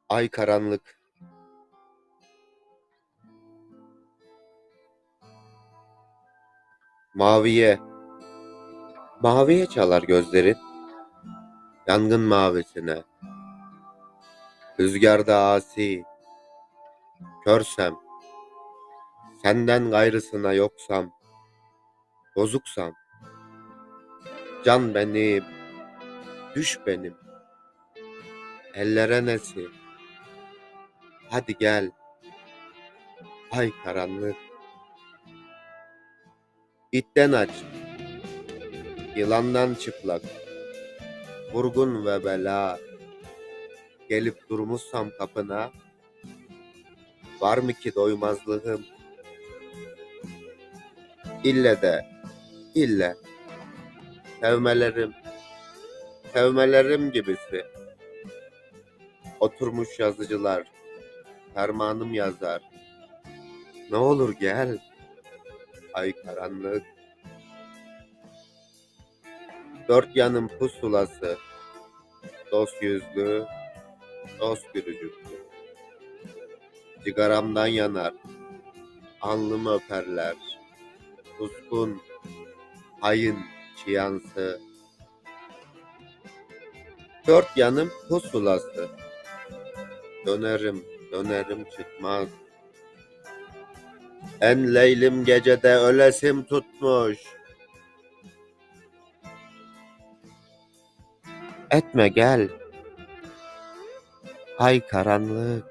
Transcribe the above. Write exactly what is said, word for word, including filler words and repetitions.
Ay karanlık, maviye, maviye çalar gözlerin, yangın mavisine. Rüzgarda asi, körsem, senden gayrısına yoksam, bozuksam, can benim, düş benim, ellere nesi, hadi gel, ay karanlık. İtten aç, yılandan çıplak, vurgun ve bela, gelip durmuşsam kapına, var mı ki doymazlığım, ille de, ille, sevmelerim, sevmelerim gibisi, oturmuş yazıcılar, fermanım yazar, ne olur gel, ay karanlık. Dört yanım pusulası, dost yüzlü, dost gülücüklü. Cigaramdan yanar, alnımı öperler, kuzgun, hayın çiyansı. Dört yanım pusulası, dönerim, dönerim çıkmaz. En leylim gecede ölesim tutmuş. Etme gel, ay karanlık.